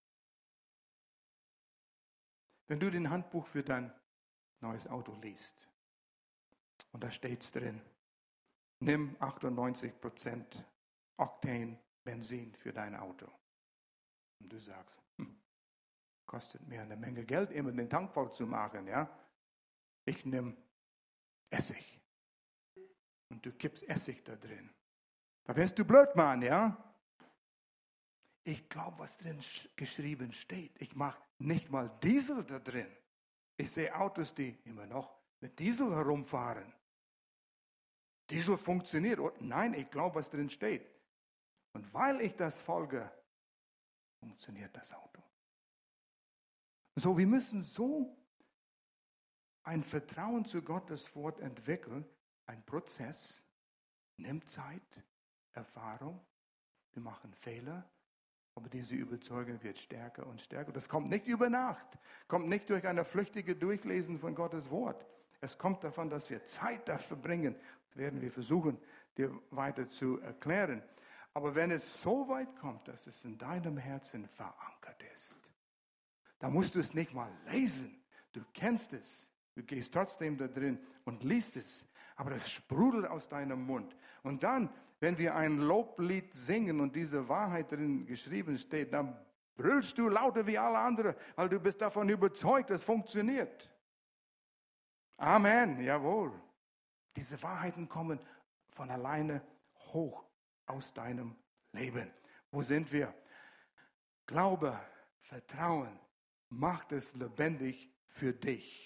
Wenn du den Handbuch für dein neues Auto liest, und da steht es drin, nimm achtundneunzig Prozent Oktan Benzin für dein Auto. Und du sagst, hm, kostet mir eine Menge Geld, immer den Tank voll zu machen, ja? Ich nehme Essig. Und du kippst Essig da drin. Da wärst du blöd, Mann, ja? Ich glaube, was drin geschrieben steht. Ich mache nicht mal Diesel da drin. Ich sehe Autos, die immer noch mit Diesel herumfahren. Diesel funktioniert. Nein, ich glaube, was drin steht. Und weil ich das folge, funktioniert das Auto. So, wir müssen so ein Vertrauen zu Gottes Wort entwickeln. Ein Prozess nimmt Zeit, Erfahrung. Wir machen Fehler. Aber diese Überzeugung wird stärker und stärker. Das kommt nicht über Nacht. Kommt nicht durch eine flüchtige Durchlesen von Gottes Wort. Es kommt davon, dass wir Zeit dafür bringen. Das werden wir versuchen, dir weiter zu erklären. Aber wenn es so weit kommt, dass es in deinem Herzen verankert ist, dann musst du es nicht mal lesen. Du kennst es. Du gehst trotzdem da drin und liest es. Aber das sprudelt aus deinem Mund. Und dann, wenn wir ein Loblied singen und diese Wahrheit drin geschrieben steht, dann brüllst du lauter wie alle anderen, weil du bist davon überzeugt, es funktioniert. Amen, jawohl. Diese Wahrheiten kommen von alleine hoch aus deinem Leben. Wo sind wir? Glaube, Vertrauen macht es lebendig für dich.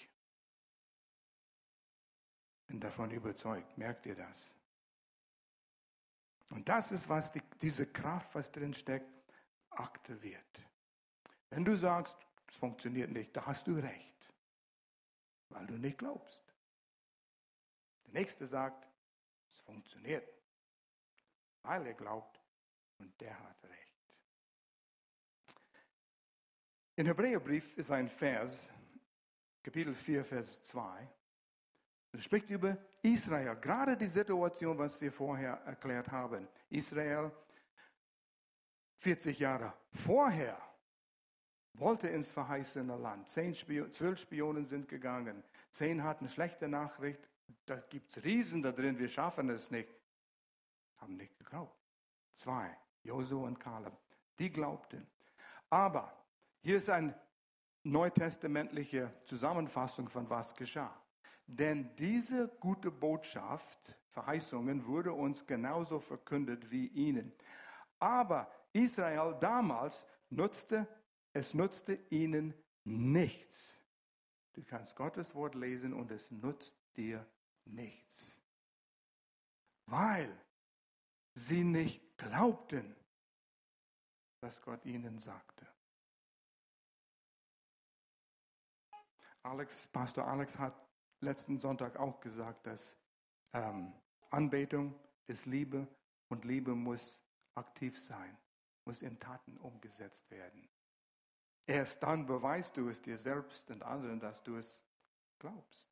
Bin davon überzeugt. Merkt ihr das? Und das ist, was die, diese Kraft, was drin steckt, aktiviert. Wenn du sagst, es funktioniert nicht, da hast du recht, weil du nicht glaubst. Der Nächste sagt, es funktioniert, weil er glaubt und der hat recht. Im Hebräerbrief ist ein Vers, Kapitel vier, Vers zwei. Es spricht über Israel, gerade die Situation, was wir vorher erklärt haben. Israel, vierzig Jahre vorher, wollte ins verheißene Land. Zehn Spion, zwölf Spionen sind gegangen. Zehn hatten schlechte Nachricht. Da gibt es Riesen da drin, wir schaffen es nicht. Haben nicht geglaubt. Zwei, Josua und Kaleb, die glaubten. Aber hier ist eine neutestamentliche Zusammenfassung von was geschah. Denn diese gute Botschaft, Verheißungen, wurde uns genauso verkündet wie ihnen. Aber Israel damals nutzte, es nutzte ihnen nichts. Du kannst Gottes Wort lesen und es nutzt dir nichts. Weil sie nicht glaubten, was Gott ihnen sagte. Alex, Pastor Alex hat letzten Sonntag auch gesagt, dass ähm, Anbetung ist Liebe und Liebe muss aktiv sein, muss in Taten umgesetzt werden. Erst dann beweist du es dir selbst und anderen, dass du es glaubst.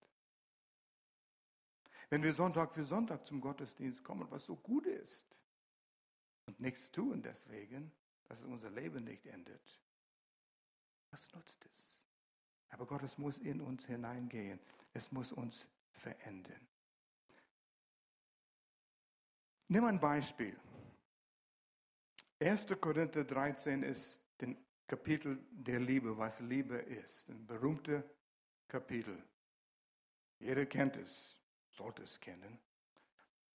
Wenn wir Sonntag für Sonntag zum Gottesdienst kommen, was so gut ist und nichts tun deswegen, dass unser Leben nicht endet, was nutzt es? Aber Gott, es muss in uns hineingehen. Es muss uns verändern. Nimm ein Beispiel. erster Korinther dreizehn ist ein Kapitel der Liebe, was Liebe ist. Ein berühmtes Kapitel. Jeder kennt es, sollte es kennen.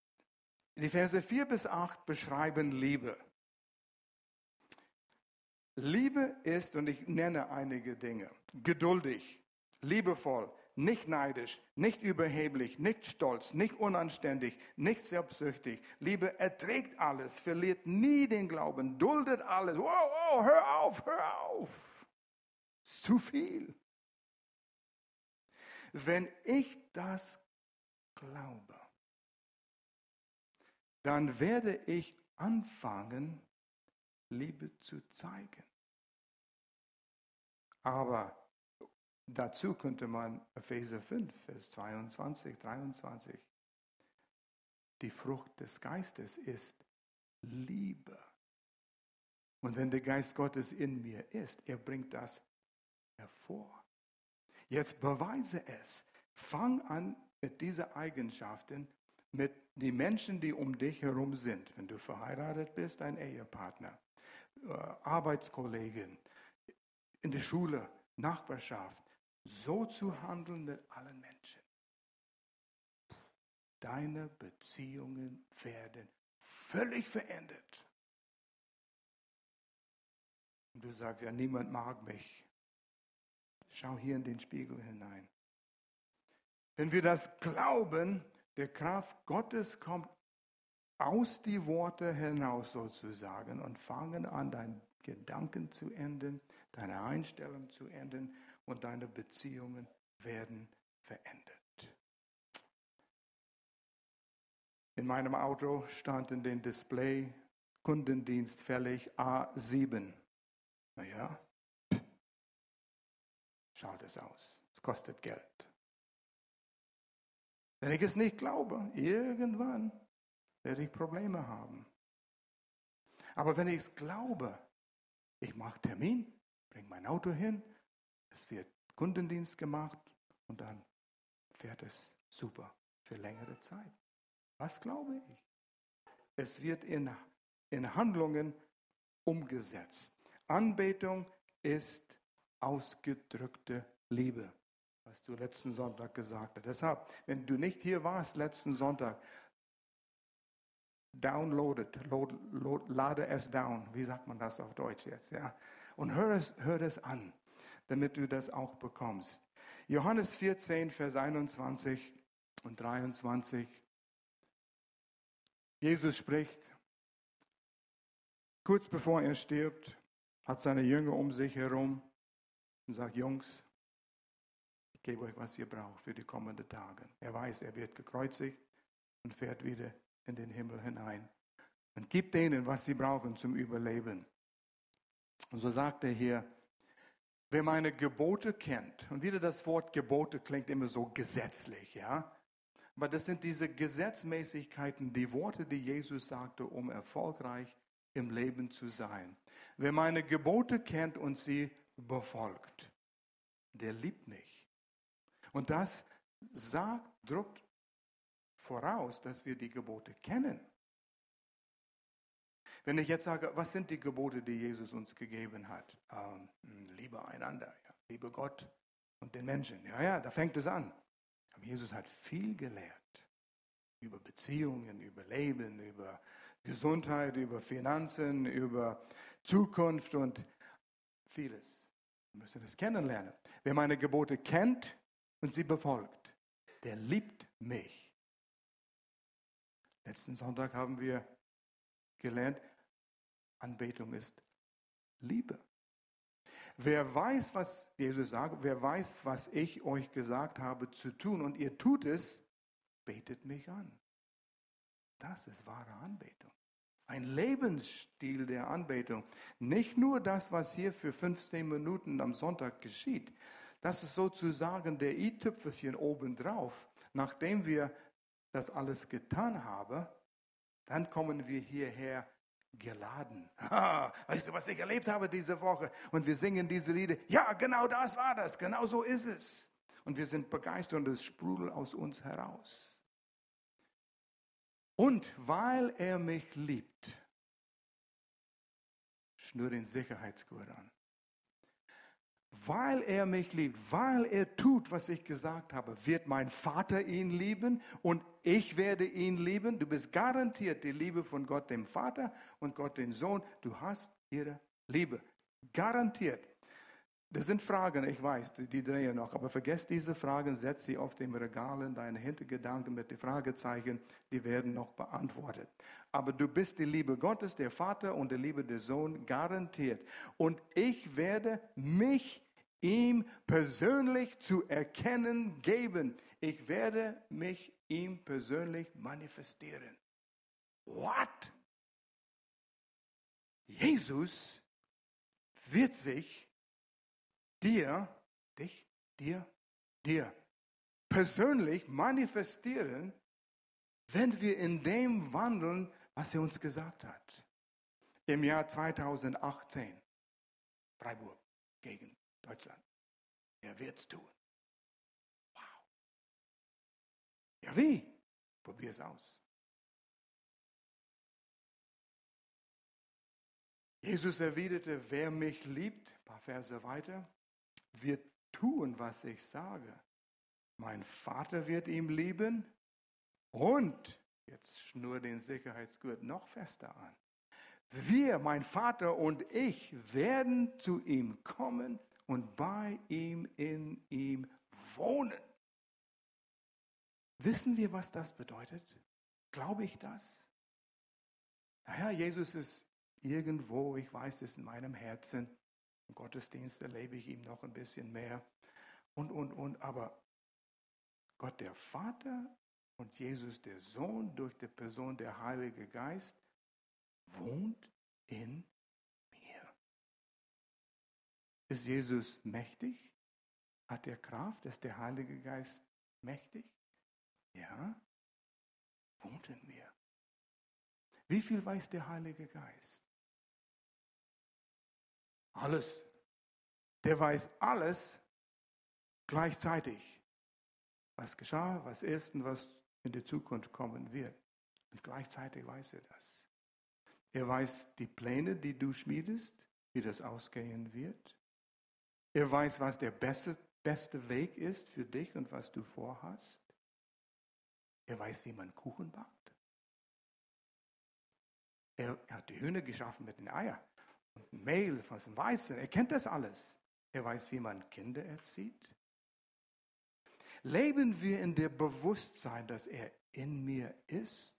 Die Verse vier bis acht beschreiben Liebe. Liebe ist, und ich nenne einige Dinge, geduldig, liebevoll, nicht neidisch, nicht überheblich, nicht stolz, nicht unanständig, nicht selbstsüchtig. Liebe erträgt alles, verliert nie den Glauben, duldet alles. Wow, wow, hör auf, hör auf. Ist zu viel. Wenn ich das glaube, dann werde ich anfangen, Liebe zu zeigen. Aber dazu könnte man Epheser fünf, Vers zweiundzwanzig, dreiundzwanzig. Die Frucht des Geistes ist Liebe. Und wenn der Geist Gottes in mir ist, er bringt das hervor. Jetzt beweise es. Fang an mit diesen Eigenschaften, mit den Menschen, die um dich herum sind. Wenn du verheiratet bist, ein Ehepartner, Arbeitskollegen, in der Schule, Nachbarschaft, so zu handeln mit allen Menschen. Deine Beziehungen werden völlig verändert. Und du sagst, ja, niemand mag mich. Schau hier in den Spiegel hinein. Wenn wir das glauben, die Kraft Gottes kommt aus die Worte hinaus sozusagen und fangen an, deine Gedanken zu ändern, deine Einstellung zu ändern und deine Beziehungen werden verändert. In meinem Auto stand in dem Display Kundendienst fällig A sieben. Naja, schalt es aus. Es kostet Geld. Wenn ich es nicht glaube, irgendwann werde ich Probleme haben. Aber wenn ich es glaube, ich mache Termin, bringe mein Auto hin, es wird Kundendienst gemacht und dann fährt es super für längere Zeit. Was glaube ich? Es wird in, in Handlungen umgesetzt. Anbetung ist ausgedrückte Liebe, was du letzten Sonntag gesagt hast. Deshalb, wenn du nicht hier warst letzten Sonntag, download it, load, load, lade es down. Wie sagt man das auf Deutsch jetzt? Ja? Und hör es, hör es an, damit du das auch bekommst. Johannes vierzehn, Vers einundzwanzig und dreiundzwanzig. Jesus spricht, kurz bevor er stirbt, hat seine Jünger um sich herum und sagt, Jungs, ich gebe euch, was ihr braucht für die kommenden Tage. Er weiß, er wird gekreuzigt und fährt wieder in den Himmel hinein und gibt denen, was sie brauchen zum Überleben. Und so sagt er hier, wer meine Gebote kennt, und wieder das Wort Gebote klingt immer so gesetzlich, ja, aber das sind diese Gesetzmäßigkeiten, die Worte, die Jesus sagte, um erfolgreich im Leben zu sein. Wer meine Gebote kennt und sie befolgt, der liebt mich. Und das sagt, drückt voraus, dass wir die Gebote kennen. Wenn ich jetzt sage, was sind die Gebote, die Jesus uns gegeben hat? Ähm, liebe einander, ja. Liebe Gott und den Menschen. Ja, ja, da fängt es an. Aber Jesus hat viel gelehrt über Beziehungen, über Leben, über Gesundheit, über Finanzen, über Zukunft und vieles. Wir müssen das kennenlernen. Wer meine Gebote kennt und sie befolgt, der liebt mich. Letzten Sonntag haben wir gelernt, Anbetung ist Liebe. Wer weiß, was Jesus sagt, wer weiß, was ich euch gesagt habe zu tun und ihr tut es, betet mich an. Das ist wahre Anbetung. Ein Lebensstil der Anbetung. Nicht nur das, was hier für fünfzehn Minuten am Sonntag geschieht. Das ist sozusagen der i-Tüpfelchen obendrauf. Nachdem wir das alles getan haben, dann kommen wir hierher geladen. Ha, weißt du, was ich erlebt habe diese Woche? Und wir singen diese Lieder. Ja, genau das war das. Genau so ist es. Und wir sind begeistert und es sprudelt aus uns heraus. Und weil er mich liebt, schnür den Sicherheitsgurt an. Weil er mich liebt, weil er tut, was ich gesagt habe, wird mein Vater ihn lieben und ich werde ihn lieben. Du bist garantiert die Liebe von Gott dem Vater und Gott dem Sohn. Du hast ihre Liebe. Garantiert. Das sind Fragen, ich weiß, die, die drehen noch, aber vergesst diese Fragen, setz sie auf dem Regal in deine Hintergedanken mit den Fragezeichen, die werden noch beantwortet. Aber du bist die Liebe Gottes, der Vater und die Liebe des Sohnes, garantiert. Und ich werde mich ihm persönlich zu erkennen geben. Ich werde mich ihm persönlich manifestieren. What? Jesus wird sich dir, dich, dir, dir persönlich manifestieren, wenn wir in dem wandeln, was er uns gesagt hat. Im Jahr zweitausendachtzehn, Freiburg gegen Deutschland. Er wird es tun. Wow. Ja, wie? Probier es aus. Jesus erwiderte, wer mich liebt, ein paar Verse weiter, wird tun, was ich sage. Mein Vater wird ihn lieben und, jetzt schnur den Sicherheitsgurt noch fester an, wir, mein Vater und ich, werden zu ihm kommen und bei ihm, in ihm wohnen. Wissen wir, was das bedeutet? Glaube ich das? Naja, Jesus ist irgendwo, ich weiß es in meinem Herzen, im Gottesdienst erlebe ich ihm noch ein bisschen mehr und, und, und, aber Gott der Vater und Jesus der Sohn durch die Person der Heilige Geist wohnt in mir. Ist Jesus mächtig? Hat er Kraft? Ist der Heilige Geist mächtig? Ja, wohnt in mir. Wie viel weiß der Heilige Geist? Alles. Der weiß alles gleichzeitig. Was geschah, was ist und was in die Zukunft kommen wird. Und gleichzeitig weiß er das. Er weiß die Pläne, die du schmiedest, wie das ausgehen wird. Er weiß, was der beste, beste Weg ist für dich und was du vorhast. Er weiß, wie man Kuchen backt. Er, er hat die Hühner geschaffen mit den Eiern und Mehl von dem Weizen. Er kennt das alles. Er weiß, wie man Kinder erzieht. Leben wir in dem Bewusstsein, dass er in mir ist?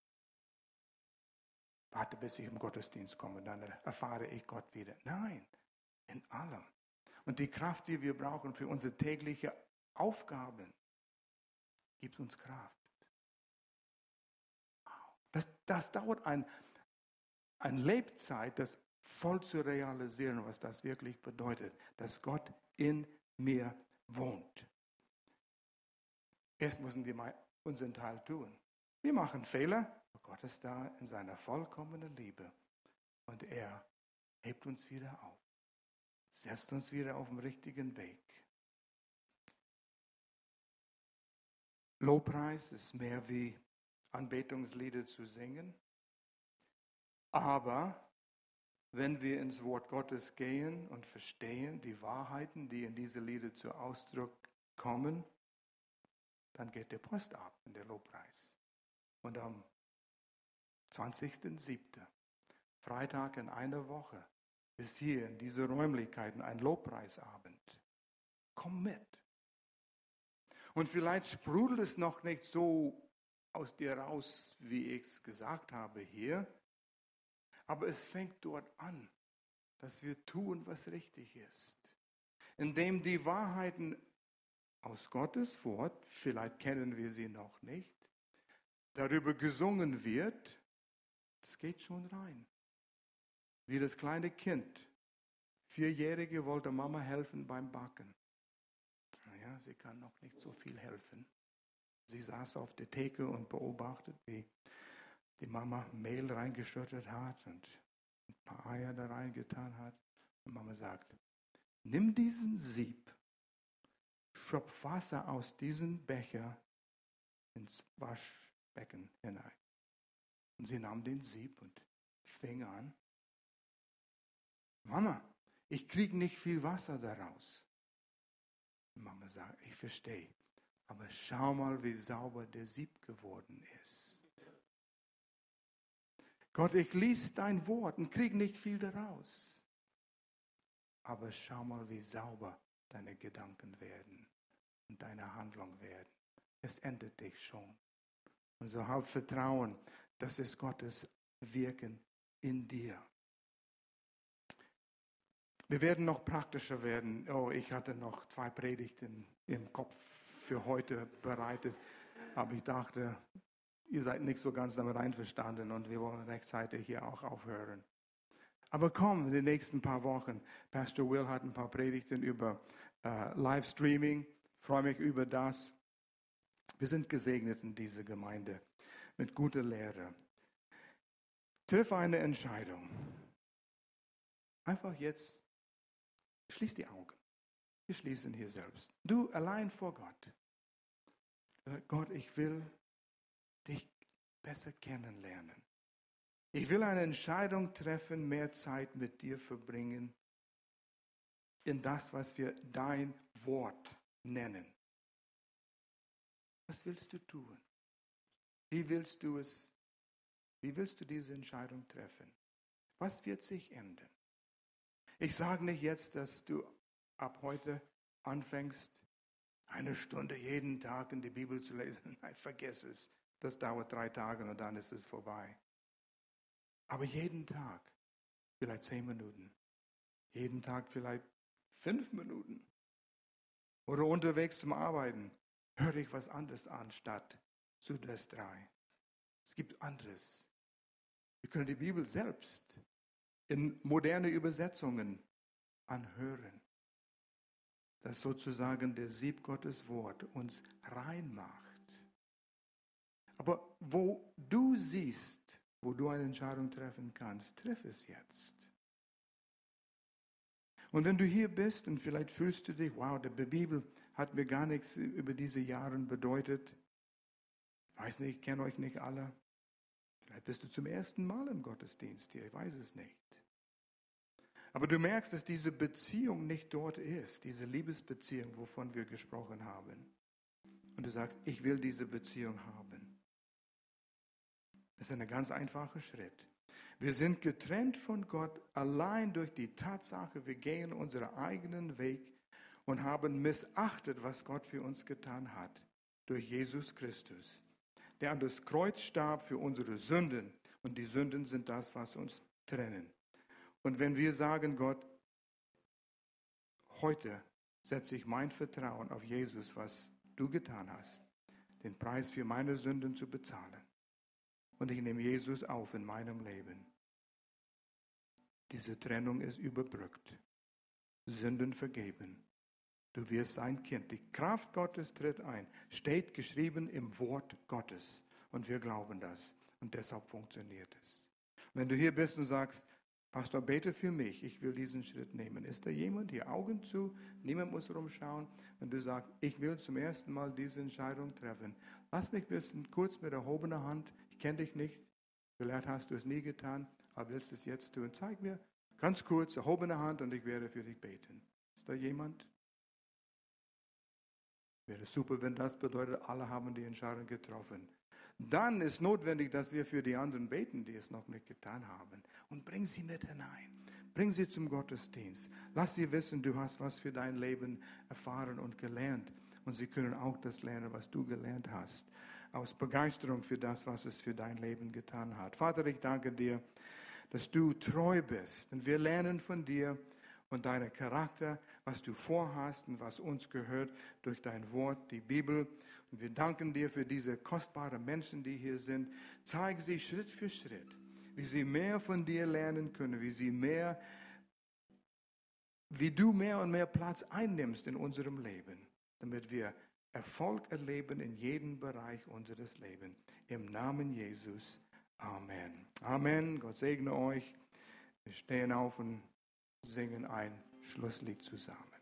Warte, bis ich im Gottesdienst komme, dann erfahre ich Gott wieder. Nein, in allem. Und die Kraft, die wir brauchen für unsere täglichen Aufgaben, gibt uns Kraft. Das, das dauert ein, ein Lebzeit, das voll zu realisieren, was das wirklich bedeutet, dass Gott in mir wohnt. Erst müssen wir mal unseren Teil tun. Wir machen Fehler, aber Gott ist da in seiner vollkommenen Liebe und er hebt uns wieder auf, setzt uns wieder auf den richtigen Weg. Lobpreis ist mehr wie Anbetungslieder zu singen, aber wenn wir ins Wort Gottes gehen und verstehen die Wahrheiten, die in diese Lieder zu Ausdruck kommen, dann geht der Post ab in der Lobpreis. Und am zwanzigsten siebten Freitag in einer Woche, ist hier in diese Räumlichkeiten ein Lobpreisabend. Komm mit. Und vielleicht sprudelt es noch nicht so aus dir raus, wie ich es gesagt habe hier, aber es fängt dort an, dass wir tun, was richtig ist. Indem die Wahrheiten aus Gottes Wort, vielleicht kennen wir sie noch nicht, darüber gesungen wird, es geht schon rein. Wie das kleine Kind. Vierjährige wollte Mama helfen beim Backen. Naja, sie kann noch nicht so viel helfen. Sie saß auf der Theke und beobachtet, wie die Mama Mehl reingeschüttet hat und ein paar Eier da reingetan hat. Und Mama sagt, nimm diesen Sieb, schöpf Wasser aus diesem Becher ins Waschbecken hinein. Und sie nahm den Sieb und fing an. Mama, ich kriege nicht viel Wasser daraus. Und Mama sagt, ich verstehe, aber schau mal, wie sauber der Sieb geworden ist. Gott, ich lies dein Wort und kriege nicht viel daraus. aber schau mal, wie sauber deine Gedanken werden und deine Handlung werden. Es ändert dich schon. Und so hab Vertrauen, das ist Gottes Wirken in dir. Wir werden noch praktischer werden. Oh, ich hatte noch zwei Predigten im Kopf für heute bereitet, aber ich dachte, ihr seid nicht so ganz damit einverstanden und wir wollen rechtzeitig hier auch aufhören. Aber komm, in den nächsten paar Wochen. Pastor Will hat ein paar Predigten über äh, Livestreaming. Ich freue mich über das. Wir sind gesegnet in dieser Gemeinde mit guter Lehre. Triff eine Entscheidung. Einfach jetzt, schließ die Augen. Wir schließen hier selbst. Du allein vor Gott. Gott, ich will dich besser kennenlernen. Ich will eine Entscheidung treffen, mehr Zeit mit dir verbringen in das, was wir dein Wort nennen. Was willst du tun? Wie willst du es? Wie willst du diese Entscheidung treffen? Was wird sich ändern? Ich sage nicht jetzt, dass du ab heute anfängst, eine Stunde jeden Tag in die Bibel zu lesen. Nein, vergiss es. Das dauert drei Tage und dann ist es vorbei. Aber jeden Tag vielleicht zehn Minuten. Jeden Tag vielleicht fünf Minuten. Oder unterwegs zum Arbeiten höre ich was anderes an statt Südwest drei. Es gibt anderes. Wir können die Bibel selbst in moderne Übersetzungen anhören. Dass sozusagen der Sieb Gottes Wort uns rein macht. Aber wo du siehst, wo du eine Entscheidung treffen kannst, triff es jetzt. Und wenn du hier bist und vielleicht fühlst du dich, wow, die Bibel hat mir gar nichts über diese Jahre bedeutet. Ich weiß nicht, ich kenne euch nicht alle. Vielleicht bist du zum ersten Mal im Gottesdienst hier, ich weiß es nicht. Aber du merkst, dass diese Beziehung nicht dort ist, diese Liebesbeziehung, wovon wir gesprochen haben. Und du sagst, ich will diese Beziehung haben. Das ist ein ganz einfacher Schritt. Wir sind getrennt von Gott allein durch die Tatsache, wir gehen unseren eigenen Weg und haben missachtet, was Gott für uns getan hat, durch Jesus Christus, der an das Kreuz starb für unsere Sünden. Und die Sünden sind das, was uns trennen. Und wenn wir sagen, Gott, heute setze ich mein Vertrauen auf Jesus, was du getan hast, den Preis für meine Sünden zu bezahlen. Und ich nehme Jesus auf in meinem Leben. Diese Trennung ist überbrückt. Sünden vergeben. Du wirst sein Kind. Die Kraft Gottes tritt ein. Steht geschrieben im Wort Gottes. Und wir glauben das. Und deshalb funktioniert es. Wenn du hier bist und sagst, Pastor, bete für mich, ich will diesen Schritt nehmen. Ist da jemand hier? Augen zu, niemand muss rumschauen. Wenn du sagst, ich will zum ersten Mal diese Entscheidung treffen, lass mich wissen, kurz mit erhobener Hand, ich kenne dich nicht, vielleicht hast du es nie getan, aber willst du es jetzt tun? Zeig mir ganz kurz, erhobene Hand und ich werde für dich beten. Ist da jemand? Wäre super, wenn das bedeutet, alle haben die Entscheidung getroffen. Dann ist notwendig, dass wir für die anderen beten, die es noch nicht getan haben. Und bring sie mit hinein. Bring sie zum Gottesdienst. Lass sie wissen, du hast was für dein Leben erfahren und gelernt. Und sie können auch das lernen, was du gelernt hast. Aus Begeisterung für das, was es für dein Leben getan hat. Vater, ich danke dir, dass du treu bist. Und wir lernen von dir und deinem Charakter, was du vorhast und was uns gehört durch dein Wort, die Bibel. Und wir danken dir für diese kostbaren Menschen, die hier sind. Zeig sie Schritt für Schritt, wie sie mehr von dir lernen können, wie sie mehr, wie du mehr und mehr Platz einnimmst in unserem Leben, damit wir Erfolg erleben in jedem Bereich unseres Lebens. Im Namen Jesus. Amen. Amen. Gott segne euch. Wir stehen auf und singen ein Schlusslied zusammen.